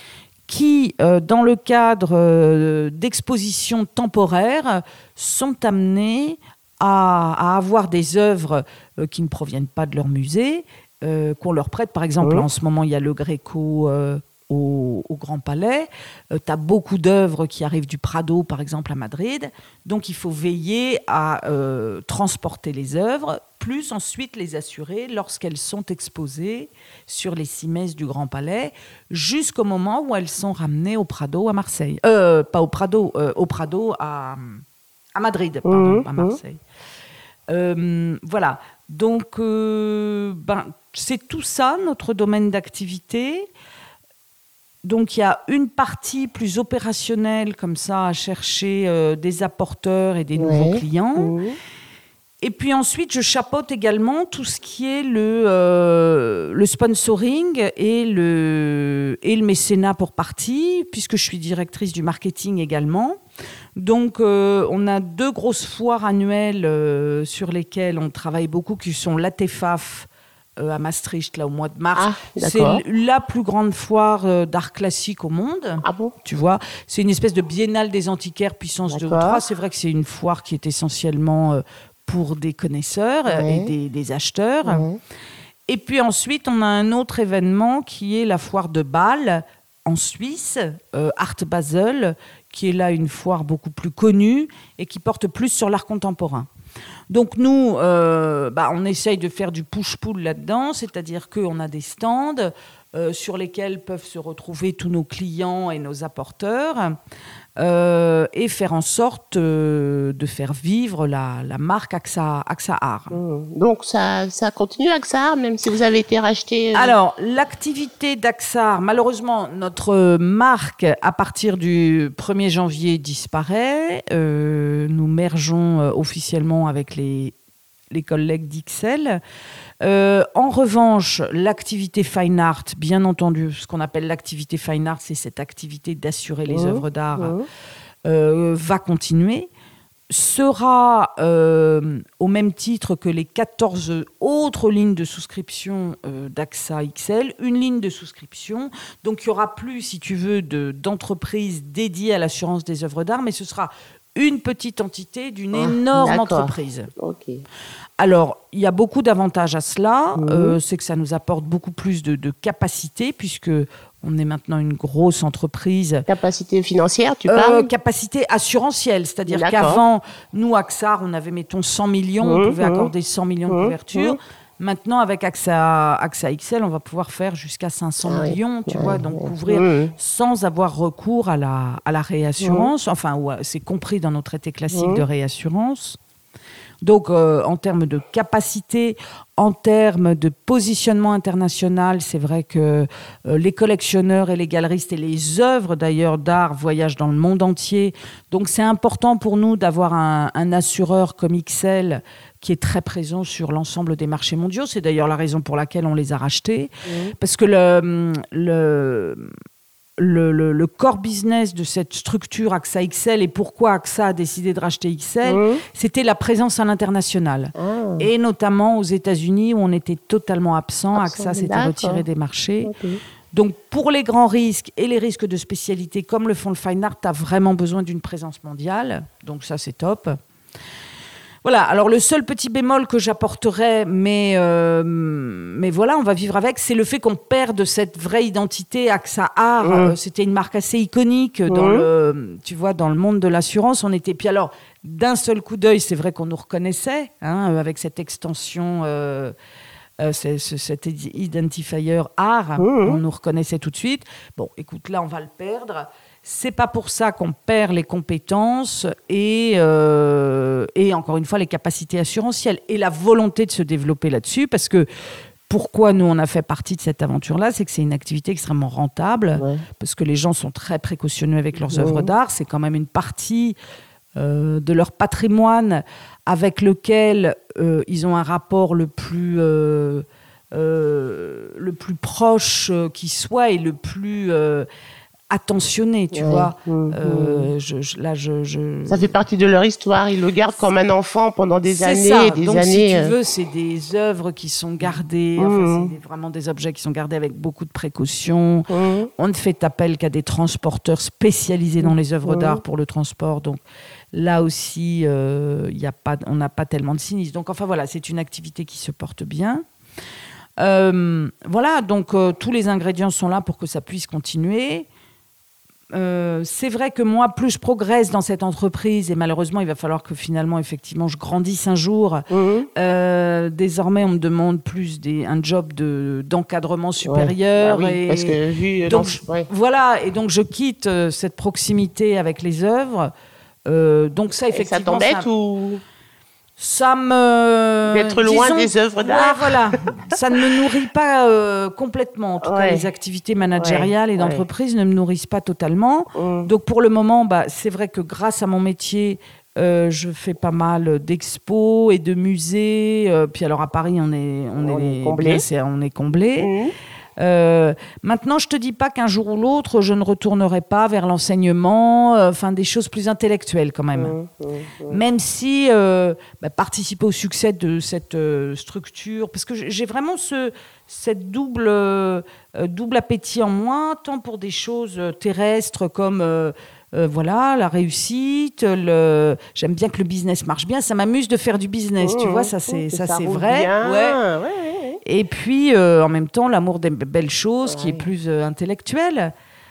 Speaker 2: qui, euh, dans le cadre euh, d'expositions temporaires, sont amenés à, à avoir des œuvres euh, qui ne proviennent pas de leur musée, euh, qu'on leur prête. Par exemple, mmh. en ce moment, il y a le Gréco euh, au, au Grand Palais. Euh, tu as beaucoup d'œuvres qui arrivent du Prado, par exemple, à Madrid. Donc, il faut veiller à euh, transporter les œuvres, plus ensuite les assurer lorsqu'elles sont exposées sur les cimaises du Grand Palais, jusqu'au moment où elles sont ramenées au Prado à Marseille. Euh, pas au Prado, euh, au Prado à, à Madrid, pardon, mmh, à Marseille. Mmh. Euh, voilà. Donc, euh, ben, c'est tout ça, notre domaine d'activité. Donc, il y a une partie plus opérationnelle, comme ça, à chercher euh, des apporteurs et des ouais. nouveaux clients. Mmh. Et puis ensuite, je chapeaute également tout ce qui est le, euh, le sponsoring et le, et le mécénat pour partie, puisque je suis directrice du marketing également. Donc, euh, on a deux grosses foires annuelles euh, sur lesquelles on travaille beaucoup, qui sont l'A T F A F euh, à Maastricht, là, au mois de mars. Ah, c'est la plus grande foire euh, d'art classique au monde.
Speaker 1: Ah bon ?
Speaker 2: Tu vois, c'est une espèce de biennale des antiquaires puissance deux ou trois. C'est vrai que c'est une foire qui est essentiellement... Euh, pour des connaisseurs ouais. et des, des acheteurs. Ouais. Et puis ensuite, on a un autre événement qui est la foire de Bâle en Suisse, euh, Art Basel, qui est là une foire beaucoup plus connue et qui porte plus sur l'art contemporain. Donc nous, euh, bah, on essaye de faire du push-pull là-dedans, c'est-à-dire qu'on a des stands euh, sur lesquels peuvent se retrouver tous nos clients et nos apporteurs. Euh, et faire en sorte euh, de faire vivre la, la marque AXA, AXA Art.
Speaker 1: Mmh. Donc ça, ça continue AXA Art, même si vous avez été racheté euh...
Speaker 2: Alors, l'activité d'AXA Art, malheureusement, notre marque, à partir du premier janvier, disparaît. Euh, nous mergeons euh, officiellement avec les, les collègues d'Ixelles. Euh, en revanche, l'activité fine art, bien entendu, ce qu'on appelle l'activité fine art, c'est cette activité d'assurer les mmh, œuvres d'art, mmh. euh, va continuer. Sera, euh, au même titre que les quatorze autres lignes de souscription euh, d'AXA X L, une ligne de souscription. Donc, il n'y aura plus, si tu veux, de, d'entreprises dédiées à l'assurance des œuvres d'art, mais ce sera une petite entité d'une ah, énorme d'accord. entreprise.
Speaker 1: Ok.
Speaker 2: Alors, il y a beaucoup d'avantages à cela. Mmh. Euh, c'est que ça nous apporte beaucoup plus de, de capacité, puisque on est maintenant une grosse entreprise.
Speaker 1: Capacité financière, tu parles ?
Speaker 2: euh, Capacité assurantielle, c'est-à-dire d'accord. qu'avant, nous, AXA, on avait, mettons, cent millions, mmh. on pouvait mmh. accorder cent millions mmh. de couverture. Mmh. Maintenant, avec AXA, AXA X L, on va pouvoir faire jusqu'à cinq cents ah, millions, tu ouais, vois, donc ouais. couvrir mmh. sans avoir recours à la, à la réassurance. Mmh. Enfin, ouais, c'est compris dans nos traités classiques mmh. de réassurance. Donc, euh, en termes de capacité, en termes de positionnement international, c'est vrai que euh, les collectionneurs et les galeristes et les œuvres d'ailleurs d'art voyagent dans le monde entier. Donc, c'est important pour nous d'avoir un, un assureur comme X L qui est très présent sur l'ensemble des marchés mondiaux. C'est d'ailleurs la raison pour laquelle on les a rachetés. Mmh. Parce que le... le Le, le, le core business de cette structure AXA X L et pourquoi AXA a décidé de racheter X L, mmh. c'était la présence à l'international. Mmh. Et notamment aux États-Unis où on était totalement absent. Absolument. AXA s'était d'accord. retiré des marchés. Okay. Donc, pour les grands risques et les risques de spécialité, comme le font le fine art, tu as vraiment besoin d'une présence mondiale. Donc, ça, c'est top. Voilà, alors le seul petit bémol que j'apporterais, mais, euh, mais voilà, on va vivre avec, c'est le fait qu'on perde cette vraie identité AXA Art. Mmh. C'était une marque assez iconique dans, mmh. le, tu vois, dans le monde de l'assurance. On était, puis alors, d'un seul coup d'œil, c'est vrai qu'on nous reconnaissait, hein, avec cette extension, euh, euh, c'est, c'est, cet identifier art, mmh. on nous reconnaissait tout de suite. Bon, écoute, là, on va le perdre. C'est pas pour ça qu'on perd les compétences et, euh, et encore une fois les capacités assurantielles et la volonté de se développer là-dessus, parce que pourquoi nous on a fait partie de cette aventure-là, c'est que c'est une activité extrêmement rentable, ouais. parce que les gens sont très précautionneux avec leurs ouais. œuvres d'art, c'est quand même une partie euh, de leur patrimoine avec lequel euh, ils ont un rapport le plus euh, euh, le plus proche euh, qui soit et le plus euh, attentionné, tu
Speaker 1: ouais.
Speaker 2: vois.
Speaker 1: Mmh,
Speaker 2: euh, je, je, là, je, je...
Speaker 1: Ça fait partie de leur histoire. Ils le gardent comme un enfant pendant des
Speaker 2: c'est
Speaker 1: années
Speaker 2: ça.
Speaker 1: et des
Speaker 2: Donc,
Speaker 1: années.
Speaker 2: si tu
Speaker 1: euh...
Speaker 2: veux, c'est des œuvres qui sont gardées.
Speaker 1: Mmh.
Speaker 2: Enfin, c'est des, vraiment des objets qui sont gardés avec beaucoup de précautions. Mmh. On ne fait appel qu'à des transporteurs spécialisés dans les œuvres mmh. d'art pour le transport. Donc, là aussi, euh, y a pas, on n'a pas tellement de sinistres. Donc, enfin, voilà, c'est une activité qui se porte bien. Euh, voilà, donc euh, tous les ingrédients sont là pour que ça puisse continuer. Euh, c'est vrai que moi, plus je progresse dans cette entreprise, et malheureusement, il va falloir que finalement, effectivement, je grandisse un jour. Mmh. Euh, désormais, on me demande plus des, un job de, d'encadrement supérieur.
Speaker 1: Ouais. Bah oui,
Speaker 2: et
Speaker 1: parce que vu
Speaker 2: donc,
Speaker 1: je, ouais.
Speaker 2: voilà, et donc je quitte euh, cette proximité avec les œuvres. Euh, donc ça, effectivement,
Speaker 1: et ça t'embête
Speaker 2: ça...
Speaker 1: ou
Speaker 2: Ça me...
Speaker 1: D'être loin
Speaker 2: Disons,
Speaker 1: des œuvres d'art.
Speaker 2: Ouais, voilà. Ça ne me nourrit pas euh, complètement. En tout
Speaker 1: ouais.
Speaker 2: cas, les activités managériales
Speaker 1: ouais.
Speaker 2: et d'entreprise ouais. ne me nourrissent pas totalement.
Speaker 1: Mmh.
Speaker 2: Donc, pour le moment, bah, c'est vrai que grâce à mon métier, euh, je fais pas mal d'expos et de musées. Euh, puis alors, à Paris, on est, on
Speaker 1: on
Speaker 2: est,
Speaker 1: est comblé.
Speaker 2: Bien, c'est, on est comblé.
Speaker 1: Mmh.
Speaker 2: Euh, maintenant, je te dis pas qu'un jour ou l'autre, je ne retournerai pas vers l'enseignement, enfin euh, des choses plus intellectuelles quand même. Mmh, mmh, mmh. Même si euh, bah, participer au succès de cette euh, structure, parce que j'ai vraiment ce cette double euh, double appétit en moi, tant pour des choses terrestres comme euh, Euh, voilà, la réussite, le... j'aime bien que le business marche bien, ça m'amuse de faire du business, mmh, tu vois, ça c'est, ça,
Speaker 1: ça
Speaker 2: c'est vrai.
Speaker 1: Bien.
Speaker 2: Ouais.
Speaker 1: Ouais, ouais.
Speaker 2: Et puis, euh, en même temps, l'amour des belles choses ouais. qui est plus euh, intellectuel.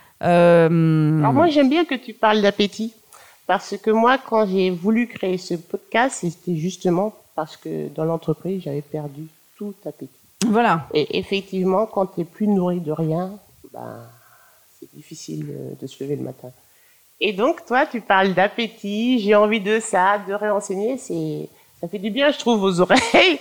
Speaker 2: Euh...
Speaker 1: Alors moi, j'aime bien que tu parles d'appétit, parce que moi, quand j'ai voulu créer ce podcast, c'était justement parce que dans l'entreprise, j'avais perdu tout appétit.
Speaker 2: Voilà.
Speaker 1: Et effectivement, quand tu n'es plus nourri de rien, ben, c'est difficile de se lever le matin. Et donc, toi, tu parles d'appétit, j'ai envie de ça, de réenseigner, c'est, ça fait du bien, je trouve, aux oreilles.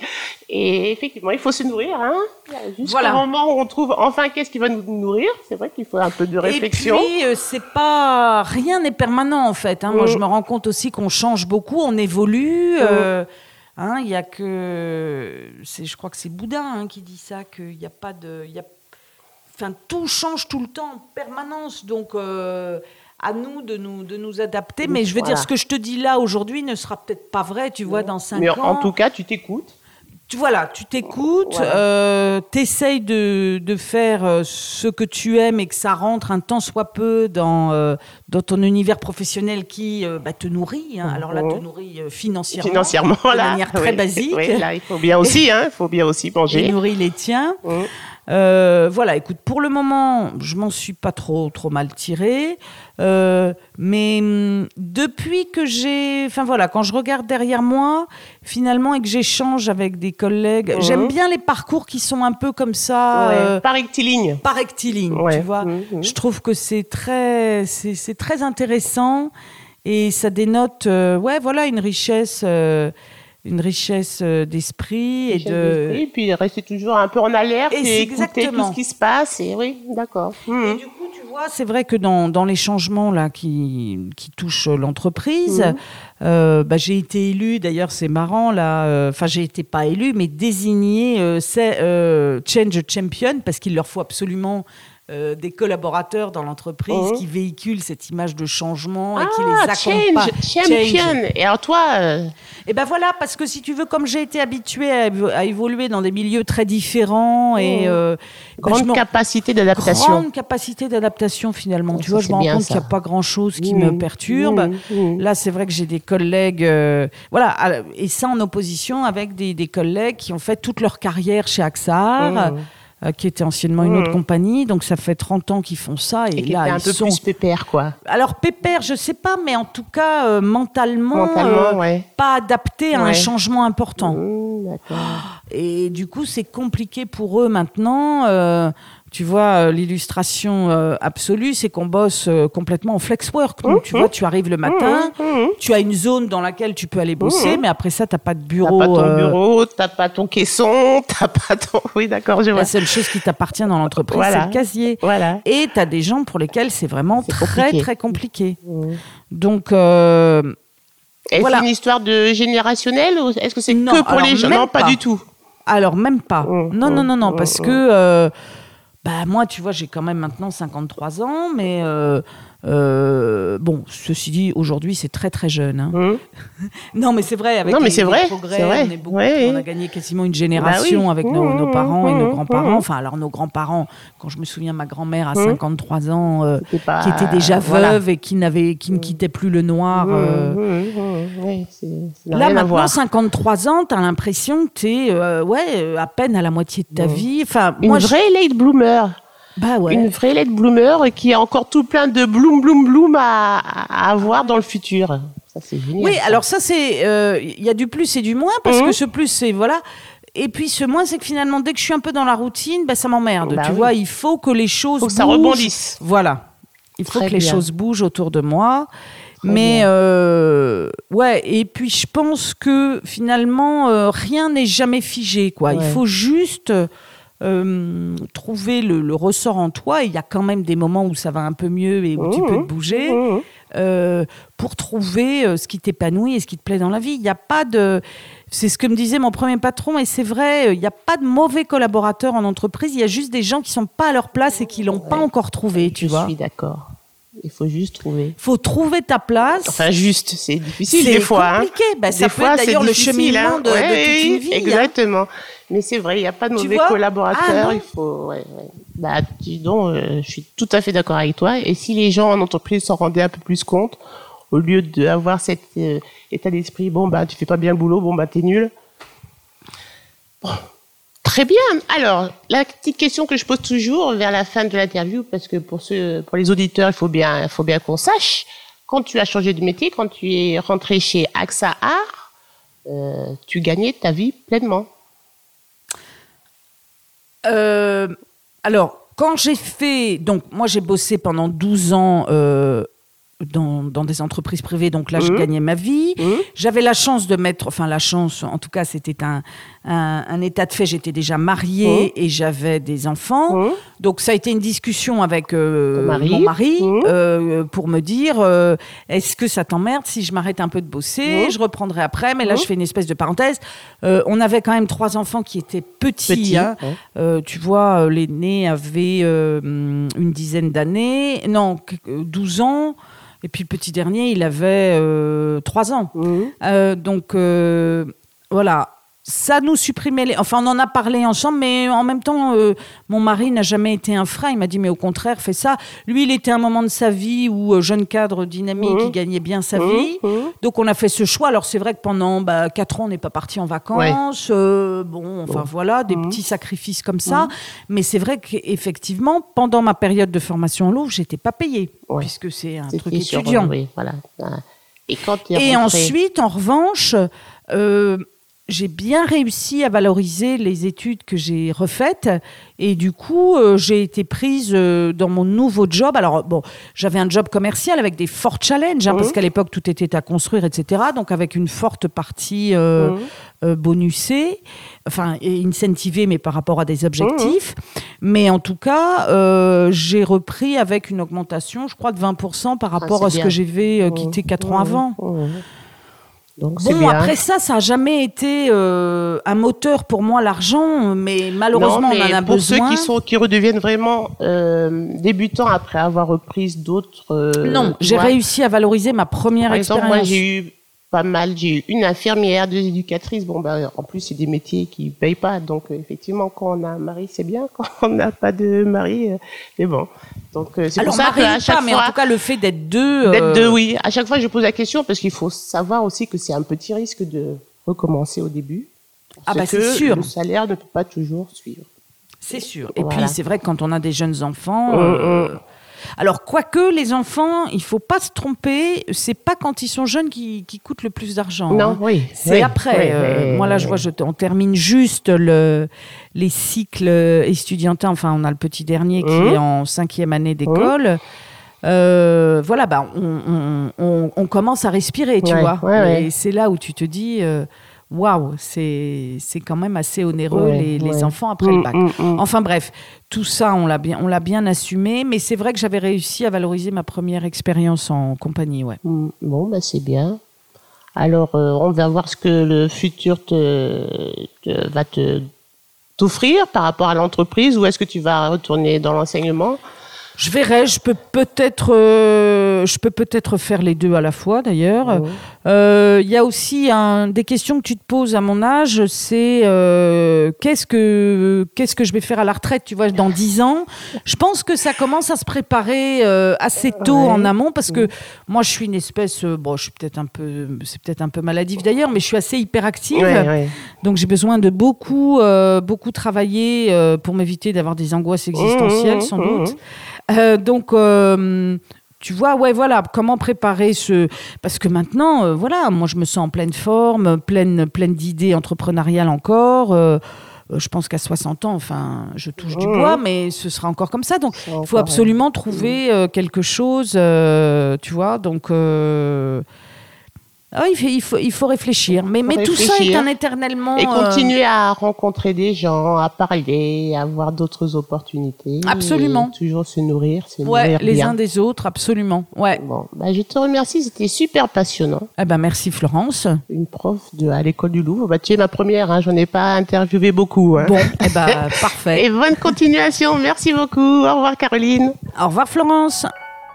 Speaker 1: Et effectivement, il faut se nourrir, hein. Jusqu'au voilà. moment où on trouve enfin qu'est-ce qui va nous nourrir, c'est vrai qu'il faut un peu de réflexion.
Speaker 2: Et puis, euh, c'est pas, rien n'est permanent, en fait, hein. Mmh. Moi, je me rends compte aussi qu'on change beaucoup, on évolue. Mmh. Euh, hein, il y a que, c'est, je crois que c'est Boudin hein, qui dit ça, qu'il n'y a pas de, il y a, enfin, tout change tout le temps, en permanence, donc. Euh, à nous de nous, de nous adapter. Mais je veux voilà. dire, ce que je te dis là aujourd'hui ne sera peut-être pas vrai, tu vois, dans cinq
Speaker 1: Mais
Speaker 2: ans.
Speaker 1: Mais en tout cas, tu t'écoutes.
Speaker 2: Tu, voilà, tu t'écoutes,
Speaker 1: voilà.
Speaker 2: euh, t'essayes de, de faire ce que tu aimes et que ça rentre un tant soit peu dans, euh, dans ton univers professionnel qui euh, bah, te nourrit. Hein. Alors là, te nourrit euh, financièrement,
Speaker 1: financièrement
Speaker 2: de
Speaker 1: là,
Speaker 2: manière très
Speaker 1: oui,
Speaker 2: basique.
Speaker 1: Oui, là, il faut bien aussi, hein, il faut bien aussi manger.
Speaker 2: Et nourrit les tiens.
Speaker 1: Mmh.
Speaker 2: Euh, voilà, écoute, pour le moment, je m'en suis pas trop, trop mal tirée. Euh, mais hum, depuis que j'ai... Enfin voilà, quand je regarde derrière moi, finalement, et que j'échange avec des collègues, mmh. j'aime bien les parcours qui sont un peu comme ça...
Speaker 1: Ouais,
Speaker 2: euh,
Speaker 1: par rectiligne.
Speaker 2: Par rectiligne,
Speaker 1: ouais.
Speaker 2: tu vois.
Speaker 1: Mmh.
Speaker 2: Je trouve que c'est très, c'est, c'est très intéressant et ça dénote, euh, ouais, voilà, une richesse... Euh, une richesse d'esprit et
Speaker 1: richesse
Speaker 2: de
Speaker 1: d'esprit, puis rester toujours un peu en alerte et,
Speaker 2: et
Speaker 1: écouter tout ce qui se passe et oui, d'accord.
Speaker 2: Mmh. Et du coup, tu vois, c'est vrai que dans dans les changements là qui qui touchent l'entreprise, mmh. euh, bah, j'ai été élue. D'ailleurs, c'est marrant là. Enfin, euh, j'ai été pas élue, mais désignée euh, c'est, euh, change champion parce qu'il leur faut absolument Euh, des collaborateurs dans l'entreprise mmh. qui véhiculent cette image de changement
Speaker 1: ah,
Speaker 2: et qui les accompagnent.
Speaker 1: Change, champion. Change. Et alors toi euh...
Speaker 2: Et ben voilà, parce que si tu veux, comme j'ai été habituée à, à évoluer dans des milieux très différents et mmh. euh,
Speaker 1: grande
Speaker 2: ben,
Speaker 1: capacité d'adaptation.
Speaker 2: Grande capacité d'adaptation finalement.
Speaker 1: Oh,
Speaker 2: tu vois, je me rends compte ça. qu'il n'y a pas grand-chose qui mmh. me perturbe. Mmh. Là, c'est vrai que j'ai des collègues, euh, voilà, et ça en opposition avec des, des collègues qui ont fait toute leur carrière chez Axar. Mmh. Qui était anciennement une autre mmh. compagnie, donc ça fait trente ans qu'ils font ça. Et,
Speaker 1: et qui
Speaker 2: là,
Speaker 1: était un
Speaker 2: ils
Speaker 1: peu
Speaker 2: sont...
Speaker 1: plus pépère, quoi.
Speaker 2: Alors, pépère, je sais pas, mais en tout cas, euh, mentalement,
Speaker 1: mentalement
Speaker 2: euh,
Speaker 1: ouais.
Speaker 2: pas adapté à ouais. un changement important.
Speaker 1: Mmh, d'accord.
Speaker 2: Et du coup, c'est compliqué pour eux maintenant. Euh, tu vois, l'illustration euh, absolue, c'est qu'on bosse euh, complètement en flex work. Donc, mmh, tu mmh. vois, tu arrives le matin, mmh, tu as une zone dans laquelle tu peux aller bosser, mmh. mais après ça, tu n'as pas de bureau.
Speaker 1: Tu n'as pas ton
Speaker 2: euh...
Speaker 1: bureau, tu n'as pas ton caisson, tu n'as pas ton... Oui, d'accord, je vois.
Speaker 2: La seule chose qui t'appartient dans l'entreprise,
Speaker 1: voilà.
Speaker 2: c'est le casier.
Speaker 1: Voilà.
Speaker 2: Et tu as des gens pour lesquels c'est vraiment c'est très, compliqué. très compliqué.
Speaker 1: Mmh.
Speaker 2: Donc... Euh...
Speaker 1: Est-ce voilà. une histoire de générationnel ou est-ce que c'est
Speaker 2: non,
Speaker 1: que pour les gens? Non, pas.
Speaker 2: pas
Speaker 1: du tout.
Speaker 2: Alors, même pas.
Speaker 1: Mmh,
Speaker 2: non,
Speaker 1: mmh,
Speaker 2: non, non, non,
Speaker 1: mmh,
Speaker 2: parce
Speaker 1: mmh.
Speaker 2: que... Euh... Bah, moi, tu vois, j'ai quand même maintenant cinquante-trois ans, mais euh, euh, bon, ceci dit, aujourd'hui, c'est très très jeune. Hein.
Speaker 1: Mmh.
Speaker 2: Non, mais c'est vrai, avec
Speaker 1: non, mais
Speaker 2: les,
Speaker 1: c'est
Speaker 2: les
Speaker 1: vrai,
Speaker 2: progrès,
Speaker 1: c'est vrai.
Speaker 2: on est beaucoup,
Speaker 1: Ouais,
Speaker 2: on a
Speaker 1: oui.
Speaker 2: gagné quasiment une génération
Speaker 1: Bah oui.
Speaker 2: avec nos,
Speaker 1: Mmh,
Speaker 2: nos parents et nos
Speaker 1: mmh,
Speaker 2: grands-parents.
Speaker 1: mmh.
Speaker 2: Enfin, alors nos grands-parents, quand je me souviens, ma grand-mère à
Speaker 1: Mmh.
Speaker 2: cinquante-trois ans, euh,
Speaker 1: C'était pas-
Speaker 2: qui était déjà veuve
Speaker 1: voilà.
Speaker 2: et qui n'avait, qui ne quittait plus le noir. euh,
Speaker 1: Mmh, mmh, mmh. Oui, c'est, ça n'a
Speaker 2: Là,
Speaker 1: rien à
Speaker 2: maintenant,
Speaker 1: voir.
Speaker 2: cinquante-trois ans, t'as l'impression que t'es euh, ouais, euh, à peine à la moitié de ta
Speaker 1: Mmh.
Speaker 2: vie. Enfin,
Speaker 1: Une
Speaker 2: moi, je-
Speaker 1: vraie late bloomer.
Speaker 2: bah ouais.
Speaker 1: Une vraie late bloomer qui a encore tout plein de bloom, bloom, bloom à, à avoir dans le futur. Ça, c'est génial.
Speaker 2: Oui,
Speaker 1: ça.
Speaker 2: alors ça, c'est. Il y a du plus et du moins, parce
Speaker 1: Mhm.
Speaker 2: que ce plus, c'est. Voilà. Et puis ce moins, c'est que finalement, dès que je suis un peu dans la routine, bah, ça m'emmerde.
Speaker 1: Bah
Speaker 2: tu
Speaker 1: oui.
Speaker 2: vois, il faut que les choses
Speaker 1: Faut que ça
Speaker 2: bougent.
Speaker 1: rebondisse.
Speaker 2: Voilà. Il faut
Speaker 1: Très
Speaker 2: que les
Speaker 1: bien.
Speaker 2: choses bougent autour de moi.
Speaker 1: Très
Speaker 2: Mais
Speaker 1: bien.
Speaker 2: euh, ouais, et puis je pense que finalement, euh, rien n'est jamais figé, quoi. Il
Speaker 1: Ouais.
Speaker 2: faut juste euh, trouver le, le ressort en toi. Il y a quand même des moments où ça va un peu mieux et où tu
Speaker 1: Mhm.
Speaker 2: peux te bouger
Speaker 1: Mhm.
Speaker 2: euh, pour trouver euh, ce qui t'épanouit et ce qui te plaît dans la vie. Il n'y a pas de... C'est ce que me disait mon premier patron, et c'est vrai, euh, il n'y a pas de mauvais collaborateurs en entreprise, il y a juste des gens qui ne sont pas à leur place et qui ne l'ont pas
Speaker 1: Ouais.
Speaker 2: encore trouvé, tu
Speaker 1: Je
Speaker 2: vois.
Speaker 1: suis d'accord. Il faut juste trouver.
Speaker 2: Il faut trouver ta place.
Speaker 1: Enfin, juste, c'est difficile
Speaker 2: c'est
Speaker 1: des fois.
Speaker 2: compliqué.
Speaker 1: Hein.
Speaker 2: Bah, ça
Speaker 1: Des
Speaker 2: peut
Speaker 1: fois,
Speaker 2: être
Speaker 1: c'est
Speaker 2: d'ailleurs le
Speaker 1: difficile,
Speaker 2: cheminement
Speaker 1: hein.
Speaker 2: de,
Speaker 1: Ouais,
Speaker 2: de toute
Speaker 1: oui,
Speaker 2: une vie. hein.
Speaker 1: Exactement. Mais c'est vrai, il n'y a pas de
Speaker 2: Tu
Speaker 1: mauvais
Speaker 2: vois
Speaker 1: collaborateurs.
Speaker 2: Ah, non.
Speaker 1: il faut. Ouais, ouais. Bah, dis donc, euh, je suis tout à fait d'accord avec toi. Et si les gens en entreprise s'en rendaient un peu plus compte, au lieu d'avoir cet euh, état d'esprit, bon, bah, tu fais pas bien le boulot, bon, bah, t'es nul. Bon. Très bien. Alors, la petite question que je pose toujours vers la fin de l'interview, parce que pour ceux, pour les auditeurs, il faut bien, il faut bien qu'on sache. Quand tu as changé de métier, quand tu es rentré chez AXA Art, euh, tu gagnais ta vie pleinement.
Speaker 2: Euh, alors, quand j'ai fait... Donc, moi, j'ai bossé pendant douze ans euh, dans, dans des entreprises privées. Donc là, je
Speaker 1: Mmh.
Speaker 2: gagnais ma vie.
Speaker 1: Mmh.
Speaker 2: J'avais la chance de mettre... Enfin, la chance, en tout cas, c'était un, un, un état de fait. J'étais déjà mariée
Speaker 1: Mmh.
Speaker 2: et j'avais des enfants.
Speaker 1: Mmh.
Speaker 2: Donc, ça a été une discussion avec euh,
Speaker 1: Ton mari.
Speaker 2: mon mari
Speaker 1: Mmh.
Speaker 2: euh, pour me dire euh, est-ce que ça t'emmerde si je m'arrête un peu de bosser
Speaker 1: Mmh.
Speaker 2: Je reprendrai après. Mais là,
Speaker 1: Mmh.
Speaker 2: je fais une espèce de parenthèse. Euh, on avait quand même trois enfants qui étaient petits.
Speaker 1: Petit.
Speaker 2: hein.
Speaker 1: Ouais.
Speaker 2: Euh, tu vois, euh, l'aîné avait euh, une dizaine d'années, non, euh, douze ans, et puis le petit dernier, il avait euh, trois ans.
Speaker 1: Mmh.
Speaker 2: Euh, donc, euh, voilà. Ça nous supprimait les... Enfin, on en a parlé ensemble, mais en même temps, euh, mon mari n'a jamais été un frein. Il m'a dit, mais au contraire, fais ça. Lui, il était à un moment de sa vie où, euh, jeune cadre dynamique,
Speaker 1: Mmh.
Speaker 2: il gagnait bien sa
Speaker 1: Mmh.
Speaker 2: vie.
Speaker 1: Mmh.
Speaker 2: Donc, on a fait ce choix. Alors, c'est vrai que pendant bah, quatre ans, on n'est pas parti en vacances. Euh, bon, enfin,
Speaker 1: Bon.
Speaker 2: voilà, des
Speaker 1: Mmh.
Speaker 2: petits sacrifices comme ça. Mais c'est vrai qu'effectivement, pendant ma période de formation en Louvre, je n'étais pas payée,
Speaker 1: Ouais.
Speaker 2: puisque c'est un
Speaker 1: C'était
Speaker 2: truc
Speaker 1: sur,
Speaker 2: étudiant.
Speaker 1: euh, oui, voilà. Ah. Et quand tu es
Speaker 2: Et
Speaker 1: rentré-
Speaker 2: ensuite, en revanche, euh, j'ai bien réussi à valoriser les études que j'ai refaites. Et du coup, euh, j'ai été prise euh, dans mon nouveau job. Alors, bon, j'avais un job commercial avec des forts challenges, hein,
Speaker 1: Mmh.
Speaker 2: parce qu'à l'époque, tout était à construire, et cetera. Donc, avec une forte partie euh,
Speaker 1: Mmh.
Speaker 2: euh, bonusée, enfin, et incentivée, mais par rapport à des objectifs. Mais en tout cas, euh, j'ai repris avec une augmentation, je crois, de vingt pour cent par rapport
Speaker 1: c'est
Speaker 2: à ce
Speaker 1: bien.
Speaker 2: que j'avais euh,
Speaker 1: Mmh.
Speaker 2: quitté quatre ans
Speaker 1: Mmh.
Speaker 2: avant.
Speaker 1: Mmh. Donc, c'est
Speaker 2: Bon,
Speaker 1: bien.
Speaker 2: après ça, ça n'a jamais été euh, un moteur pour moi, l'argent, mais malheureusement,
Speaker 1: Non, mais
Speaker 2: on en a
Speaker 1: pour
Speaker 2: besoin.
Speaker 1: ceux qui, sont, qui redeviennent vraiment euh, débutants après avoir repris d'autres... euh,
Speaker 2: Non,
Speaker 1: tu
Speaker 2: j'ai
Speaker 1: vois.
Speaker 2: réussi à valoriser ma première
Speaker 1: Par exemple,
Speaker 2: expérience.
Speaker 1: moi, j'ai eu pas mal. J'ai eu une infirmière, deux éducatrices. Bon, bah, en plus, c'est des métiers qui ne payent pas. Donc, euh, effectivement, quand on a un mari, c'est bien. Quand on n'a pas de mari, euh, mais bon. Donc, euh, c'est
Speaker 2: Alors,
Speaker 1: pour ça
Speaker 2: mari
Speaker 1: qu'à
Speaker 2: ou
Speaker 1: chaque
Speaker 2: pas, mais en
Speaker 1: fois...
Speaker 2: tout cas, le fait d'être deux...
Speaker 1: D'être
Speaker 2: euh,
Speaker 1: deux, oui. À chaque fois, je pose la question parce qu'il faut savoir aussi que c'est un petit risque de recommencer au début.
Speaker 2: Ah,
Speaker 1: Parce
Speaker 2: bah,
Speaker 1: que
Speaker 2: c'est sûr.
Speaker 1: le salaire ne peut pas toujours suivre.
Speaker 2: C'est sûr. Et
Speaker 1: Voilà.
Speaker 2: puis, c'est vrai que quand on a des jeunes enfants...
Speaker 1: Mmh,
Speaker 2: euh,
Speaker 1: mmh.
Speaker 2: Alors, quoique, les enfants, il ne faut pas se tromper, c'est pas quand ils sont jeunes qu'ils qu'ils coûtent le plus d'argent.
Speaker 1: Non,
Speaker 2: hein.
Speaker 1: oui.
Speaker 2: C'est
Speaker 1: oui,
Speaker 2: après.
Speaker 1: oui,
Speaker 2: Euh,
Speaker 1: oui,
Speaker 2: moi, là, je
Speaker 1: oui.
Speaker 2: vois, je, on termine juste le, les cycles estudiantins. Enfin, on a le petit dernier qui
Speaker 1: Mmh.
Speaker 2: est en cinquième année d'école. Euh, voilà, bah, on, on- on- on commence à respirer, tu
Speaker 1: Ouais,
Speaker 2: vois.
Speaker 1: ouais, ouais.
Speaker 2: Et c'est là où tu te dis, euh, waouh, c'est c'est quand même assez onéreux,
Speaker 1: Ouais,
Speaker 2: les, les
Speaker 1: ouais.
Speaker 2: enfants après
Speaker 1: Mmh,
Speaker 2: le bac.
Speaker 1: mmh, mmh.
Speaker 2: Enfin bref, tout ça, on l'a bien, on l'a bien assumé, mais c'est vrai que j'avais réussi à valoriser ma première expérience en compagnie, ouais.
Speaker 1: Mm, Bon, bah, c'est bien. Alors, euh, on va voir ce que le futur te, te- va te t'offrir par rapport à l'entreprise ou est-ce que tu vas retourner dans l'enseignement ?
Speaker 2: Je verrai, je peux peut-être, euh, je peux peut-être faire les deux à la fois d'ailleurs. Il mmh. euh, y a aussi un, des questions que tu te poses à mon âge, c'est euh, qu'est-ce que, qu'est-ce que je vais faire à la retraite, tu vois, dans dix ans. Je pense que ça commence à se préparer euh, assez tôt ouais. en amont parce que moi je suis une espèce, euh, bon je suis peut-être un peu, c'est peut-être un peu maladif d'ailleurs, mais je suis assez hyperactive. Ouais, ouais. Donc j'ai besoin de beaucoup, euh, beaucoup travailler euh, pour m'éviter d'avoir des angoisses existentielles mmh, sans mmh, doute. Mmh. Euh, donc, euh, tu vois, ouais, voilà, comment préparer ce... Parce que maintenant, euh, voilà, moi, je me sens en pleine forme, pleine, pleine d'idées entrepreneuriales encore. Euh, je pense qu'à soixante ans, enfin, je touche mmh. du bois, mais ce sera encore comme ça. Donc, il faut absolument trouver euh, quelque chose, euh, tu vois, donc... Euh, Ah, il, faut, il, faut, il faut réfléchir. Mais, mais réfléchir. Tout ça est un éternellement...
Speaker 1: Et continuer euh... à rencontrer des gens, à parler, à avoir d'autres opportunités.
Speaker 2: Absolument.
Speaker 1: Toujours se nourrir, se
Speaker 2: ouais,
Speaker 1: nourrir
Speaker 2: les
Speaker 1: bien.
Speaker 2: uns des autres, absolument. Ouais.
Speaker 1: Bon, bah, je te remercie, c'était super passionnant.
Speaker 2: Eh ben, merci Florence.
Speaker 1: Une prof de, à l'école du Louvre. Bah, tu es ma première, hein, j'en ai pas interviewé beaucoup. Hein.
Speaker 2: Bon, eh ben, parfait.
Speaker 1: Et bonne continuation, merci beaucoup. Au revoir Caroline.
Speaker 2: Au revoir Florence.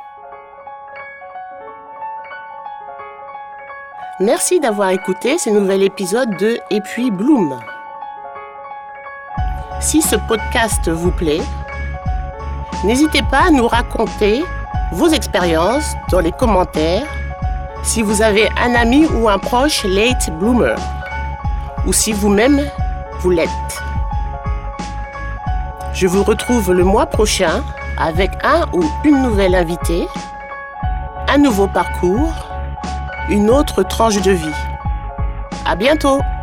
Speaker 1: Merci d'avoir écouté ce nouvel épisode de Et puis Bloom. Si ce podcast vous plaît, n'hésitez pas à nous raconter vos expériences dans les commentaires si vous avez un ami ou un proche late bloomer ou si vous-même vous l'êtes. Je vous retrouve le mois prochain avec un ou une nouvelle invitée, un nouveau parcours, une autre tranche de vie. À bientôt!